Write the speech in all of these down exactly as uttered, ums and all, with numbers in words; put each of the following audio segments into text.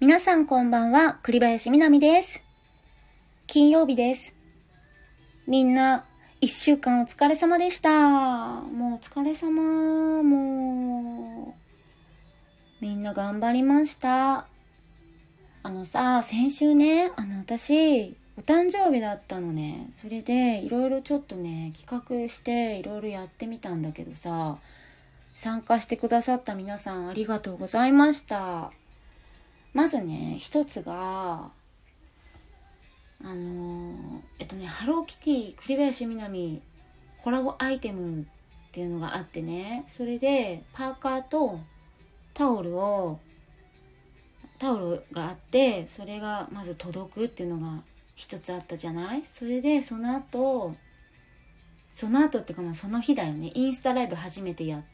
皆さんこんばんは、栗林みなみです。金曜日です。みんな一週間お疲れ様でした。もうお疲れ様。もうみんな頑張りました。あのさ、先週ね、あの私お誕生日だったのね。それでいろいろちょっとね企画していろいろやってみたんだけどさ、参加してくださった皆さんありがとうございました。まずね、一つがあのえっとねハローキティ栗林みなみコラボアイテムっていうのがあってね、それでパーカーとタオルをタオルがあって、それがまず届くっていうのが一つあったじゃない。それでその後その後っていうかまあその日だよね、インスタライブ初めてやって、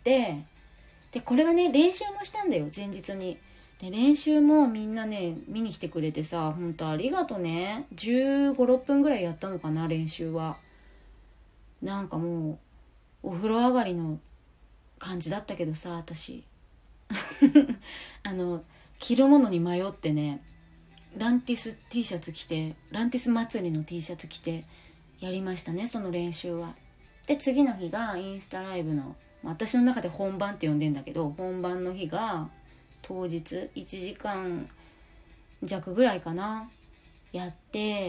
でこれはね練習もしたんだよ、前日に。で練習もみんなね見に来てくれてさ、ほんとありがとね。じゅうご、ろっぷんぐらいやったのかな、練習は。なんかもうお風呂上がりの感じだったけどさ、私あの着るものに迷ってね、ランティス T シャツ着て、ランティス祭りの T シャツ着てやりましたね、その練習は。で次の日がインスタライブの、私の中で本番って呼んでんだけど、本番の日が当日いちじかん弱ぐらいかなやって、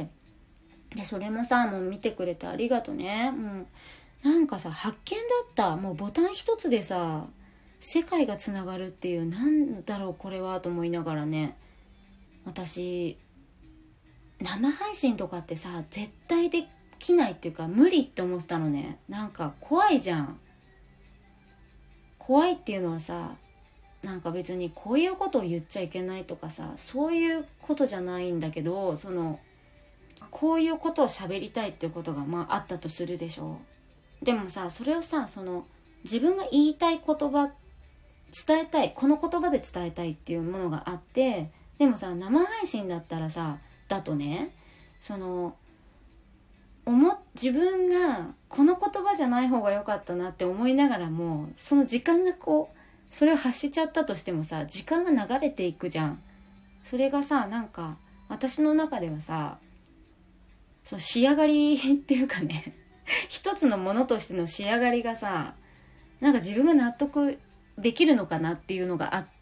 でそれもさ、もう見てくれてありがとね。もうなんかさ発見だった。もうボタン一つでさ世界がつながるっていう、なんだろうこれはと思いながらね、私生配信とかってさ絶対できないっていうか無理って思ってたのね。なんか怖いじゃん。怖いっていうのはさ、なんか別にこういうことを言っちゃいけないとかさ、そういうことじゃないんだけど、そのこういうことを喋りたいっていうことがまああったとするでしょ。でもさ、それをさ、その自分が言いたい言葉、伝えたい、この言葉で伝えたいっていうものがあって、でもさ生配信だったらさ、だとね、その思自分がこの言葉じゃない方が良かったなって思いながらも、その時間がこうそれを発しちゃったとしてもさ、時間が流れていくじゃん。それがさ、なんか私の中ではさ、その仕上がりっていうかね一つのものとしての仕上がりがさ、なんか自分が納得できるのかなっていうのがあって、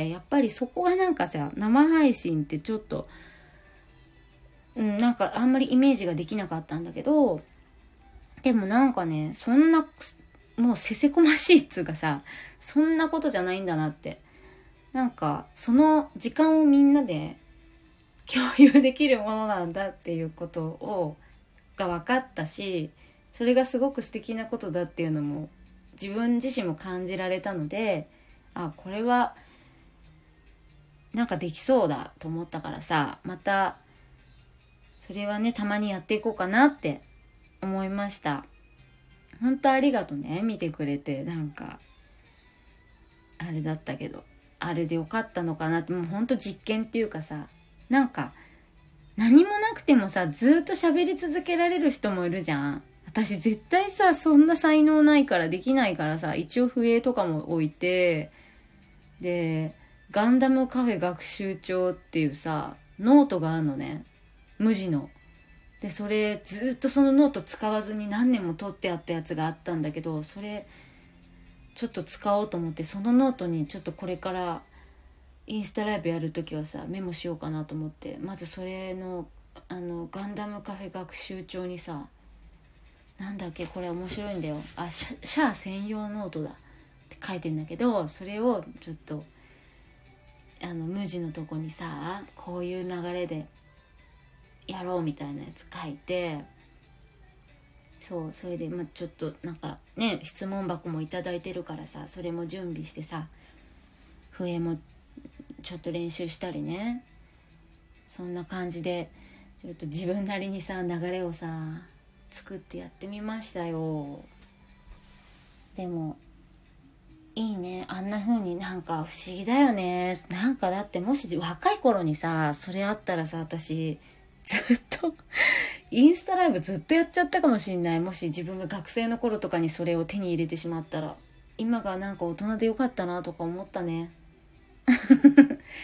やっぱりそこがなんかさ、生配信ってちょっと、うん、なんかあんまりイメージができなかったんだけど、でもなんかね、そんなもうせせこましいっつうかさ、そんなことじゃないんだなって、なんかその時間をみんなで共有できるものなんだっていうことをが分かったし、それがすごく素敵なことだっていうのも自分自身も感じられたので、あ、これはなんかできそうだと思ったからさ、またそれはねたまにやっていこうかなって思いました。本当ありがとね、見てくれて。なんかあれだったけど、あれでよかったのかなって。もう本当実験っていうかさ、なんか何もなくてもさずっと喋り続けられる人もいるじゃん。私絶対さそんな才能ないからできないからさ、一応笛とかも置いて、でガンダムカフェ学習帳っていうさノートがあるのね、無地の。でそれずっとそのノート使わずに何年も取ってあったやつがあったんだけど、それちょっと使おうと思って、そのノートにちょっとこれからインスタライブやるときはさメモしようかなと思って、まずそれのあのガンダムカフェ学習帳にさ、なんだっけこれ面白いんだよ、あシャ、シャア専用ノートだって書いてんだけど、それをちょっとあの無地のとこにさ、こういう流れでやろうみたいなやつ書いて、そう、それでまあちょっとなんかね質問箱もいただいてるからさ、それも準備してさ、笛もちょっと練習したりね、そんな感じでちょっと自分なりにさ流れをさ作ってやってみましたよ。でもいいね、あんな風に。なんか不思議だよね。なんかだってもし若い頃にさそれあったらさ、私ずっとインスタライブずっとやっちゃったかもしんない。もし自分が学生の頃とかにそれを手に入れてしまったら、今がなんか大人でよかったなとか思ったね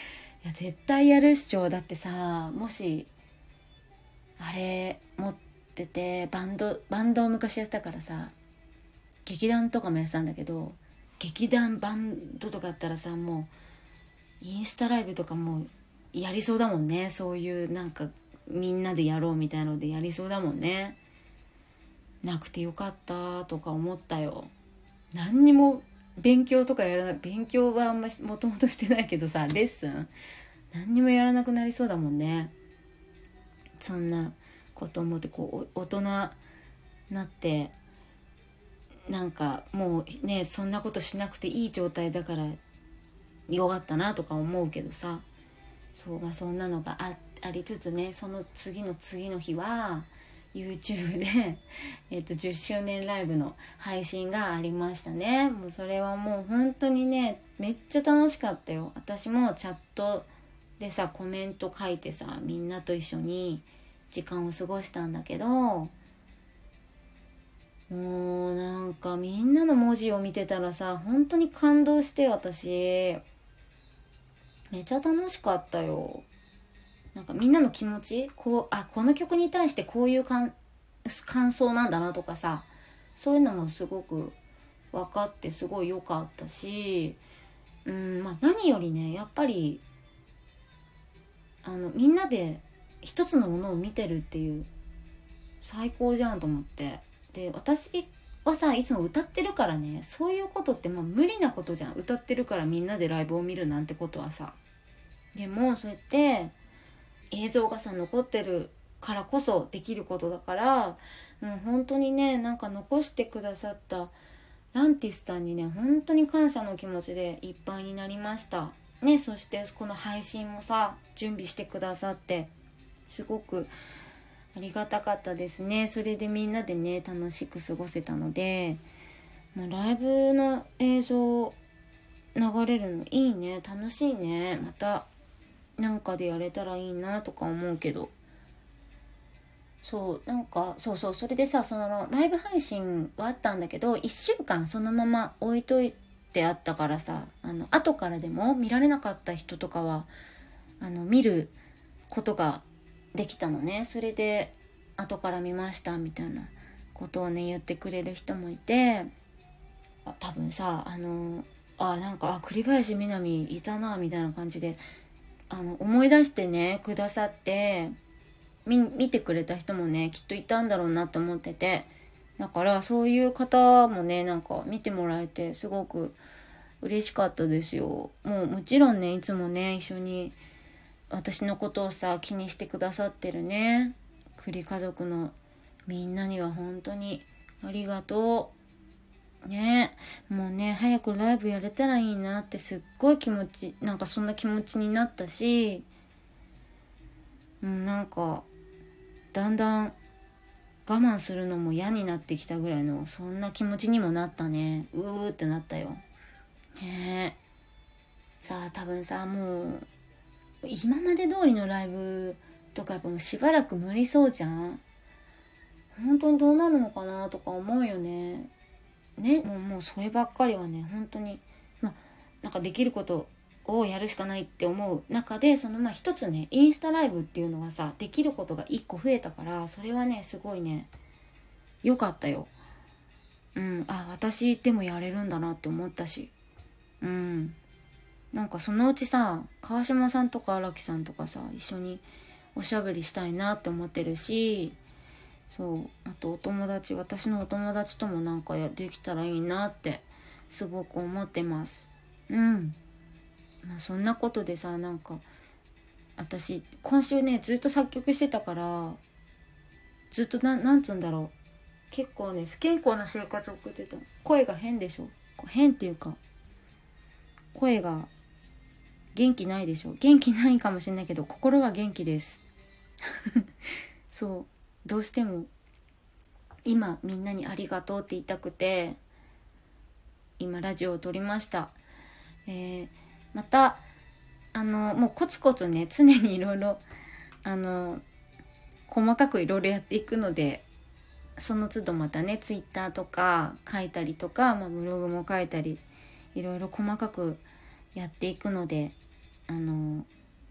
いや絶対やるっしょ。だってさ、もしあれ持ってて、バンドバンドを昔やってたからさ、劇団とかもやってたんだけど、劇団バンドとかやったらさ、もうインスタライブとかもやりそうだもんね。そういうなんかみんなでやろうみたいのでやりそうだもんね。なくてよかったとか思ったよ。何にも勉強とかやらな、勉強はあんまもともとしてないけどさ、レッスン何にもやらなくなりそうだもんね。そんなこと思って、こう大人なってなんかもうね、そんなことしなくていい状態だからよかったなとか思うけどさ、そう、まあ、そんなのが あ, ありつつね、その次の次の日は YouTube でえっとじゅっしゅうねんライブの配信がありましたね。もうそれはもう本当にね、めっちゃ楽しかったよ。私もチャットでさコメント書いてさ、みんなと一緒に時間を過ごしたんだけど、もうなんかみんなの文字を見てたらさ、本当に感動して、私めちゃ楽しかったよ。なんかみんなの気持ち、こう、あ、この曲に対してこういう感感想なんだなとかさ、そういうのもすごく分かってすごい良かったし、うん、まあ何よりね、やっぱりあのみんなで一つのものを見てるっていう、最高じゃんと思って。で、私はさ、いつも歌ってるからね、そういうことってまあ無理なことじゃん。歌ってるからみんなでライブを見るなんてことはさ。でもそうやって映像がさ残ってるからこそできることだから、もう本当にね、なんか残してくださったランティスさんにね、本当に感謝の気持ちでいっぱいになりましたね。そしてこの配信もさ準備してくださってすごくありがたかったですね。それでみんなでね楽しく過ごせたので、もうライブの映像流れるのいいね、楽しいね。またなんかでやれたらいいなとか思うけど、そうなんかそうそう、それでさ、そのライブ配信はあったんだけど、いっしゅうかんそのまま置いといてあったからさ、あの後からでも見られなかった人とかはあの見ることができたのね。それで後から見ましたみたいなことをね言ってくれる人もいて、多分さ、あのあなんかあ栗林みなみいたなみたいな感じであの思い出してねくださって、み見てくれた人もねきっといたんだろうなと思ってて、だからそういう方もねなんか見てもらえてすごく嬉しかったですよ。もうもちろんね、いつもね一緒に私のことをさ気にしてくださってるね栗家族のみんなには本当にありがとうね。もうね早くライブやれたらいいなってすっごい気持ち、なんかそんな気持ちになったし、うん、なんかだんだん我慢するのも嫌になってきたぐらいのそんな気持ちにもなったね。うーってなったよね。えさあ多分さ、もう今まで通りのライブとかやっぱもうしばらく無理そうじゃん。本当にどうなるのかなとか思うよね。ね、もうもうそればっかりはね本当に、まあなんかできることをやるしかないって思う中で、そのまあ一つねインスタライブっていうのはさできることが一個増えたから、それはねすごいね良かったよ。うん、あ私でもやれるんだなって思ったし、うんなんかそのうちさ川島さんとか荒木さんとかさ一緒におしゃべりしたいなって思ってるし、そうあとお友達、私のお友達ともなんかできたらいいなってすごく思ってます。うん、まあ、そんなことでさ、なんか私今週ねずっと作曲してたから、ずっとななんつうんだろう、結構ね不健康な生活を送ってた。声が変でしょ、変っていうか声が元気ないでしょ。元気ないかもしれないけど心は元気ですそうどうしても今みんなにありがとうって言いたくて今ラジオを撮りました。えー、またあのもうコツコツね常にいろいろあの細かくいろいろやっていくので、その都度またねツイッターとか書いたりとか、まあ、ブログも書いたりいろいろ細かくやっていくので、あの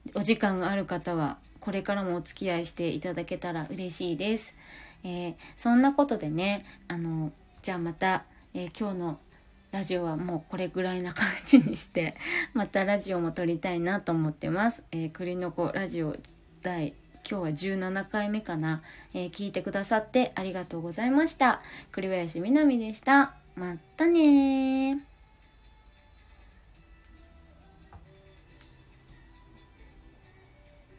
お時間がある方はこれからもお付き合いしていただけたら嬉しいです。えー、そんなことでね、あのじゃあまた、えー、今日のラジオはもうこれぐらいな感じにしてまたラジオも撮りたいなと思ってます。えー、栗の子ラジオ第今日はじゅうななかいめかな、えー、聞いてくださってありがとうございました。栗林みなみでした。またねー。